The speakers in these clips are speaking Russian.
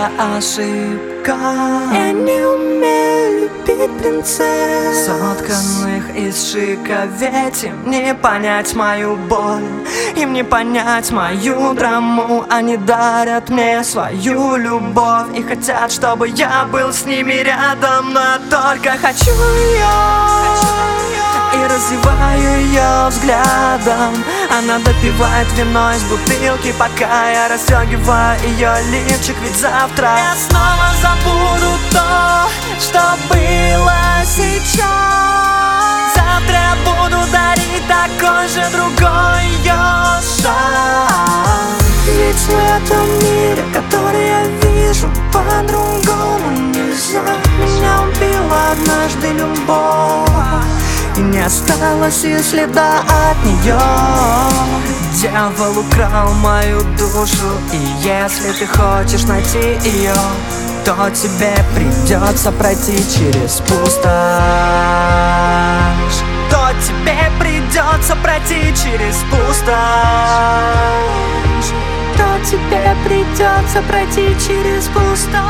ошибка. Я не умею любить принцесс, Сотканных из шика, ведь им не понять мою боль, им не понять мою драму. Они дарят мне свою любовь и хотят, чтобы я был с ними рядом. Но я только хочу ее и развиваю ее взглядом. Она допивает вино из бутылки, пока я расстегиваю ее лифчик. Ведь завтра я снова забуду то, что было сейчас. Завтра я буду дарить такой же другой ее шаг. ведь в этом мире, который я вижу, по-другому нельзя. Меня убила однажды любовь, и не осталось и следа от нее. Дьявол украл мою душу, и если ты хочешь найти ее, то тебе придется пройти через пустошь. То тебе придется пройти через пустошь. то тебе придется пройти через пустошь.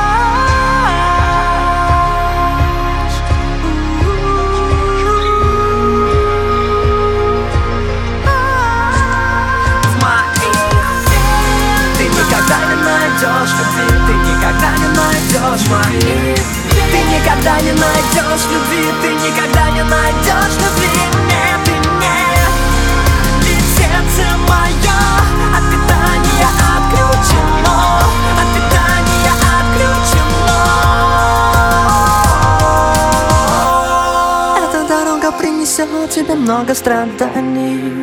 Ты никогда не найдешь мои. Ты никогда не найдешь любви. Ты никогда не найдешь любви. Нет и нет. Ведь сердце мое от питания отключено. От питания отключено. Эта дорога принесет тебе много страданий.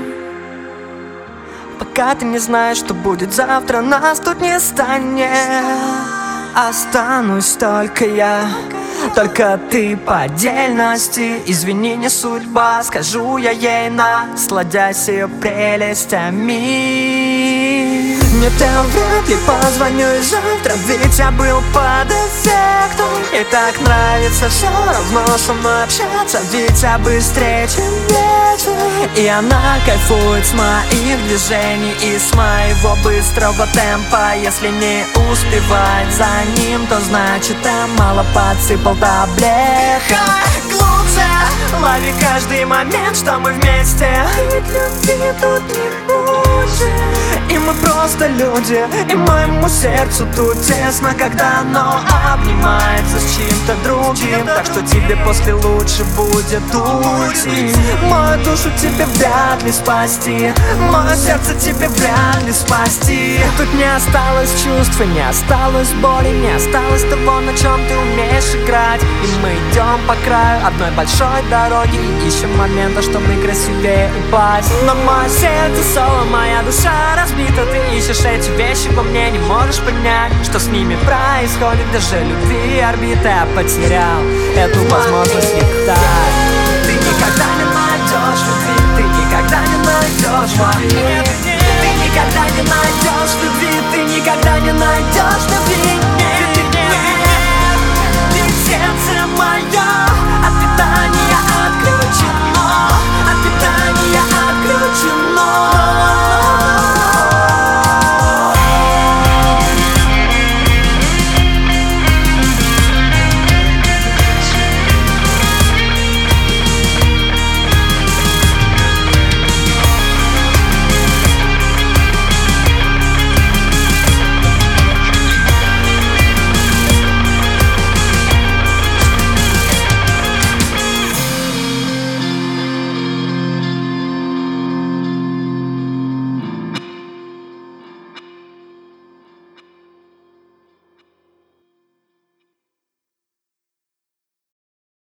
Пока ты не знаешь, что будет завтра, нас тут не станет. Останусь только я, только ты по отдельности. Извини, не судьба, скажу я ей, насладясь ее прелестями. Нет, я вряд ли позвоню и завтра, ведь я был под эффектом. И так нравится все равно со мной общаться, ведь я быстрее, чем ветер. И она кайфует с моих движений и с моего быстрого темпа. Если не успевает за ним, то значит я мало подсыпал таблеток. Глубже лови каждый момент, что мы вместе. Ведь любви тут не будет. И мы просто люди, и моему сердцу тут тесно, когда оно обнимается с чьим-то другим. Так что тебе после лучше будет уйти. Мою душу тебе вряд ли спасти, мое сердце тебе вряд ли спасти. Тут не осталось чувств, и не осталось боли, не осталось того, на чем ты умеешь играть. И мы идем по краю одной большой дороги и ищем момента, чтобы красивее упасть. Но мое сердце соло, моя душа разбита. Ты ищешь эти вещи во мне, не можешь понять, что с ними происходит. Даже любви орбиты я потерял эту возможность летать. Ты никогда не найдешь любви, ты никогда не найдешь моей. Ты никогда не найдешь любви, ты никогда не найдешь любви.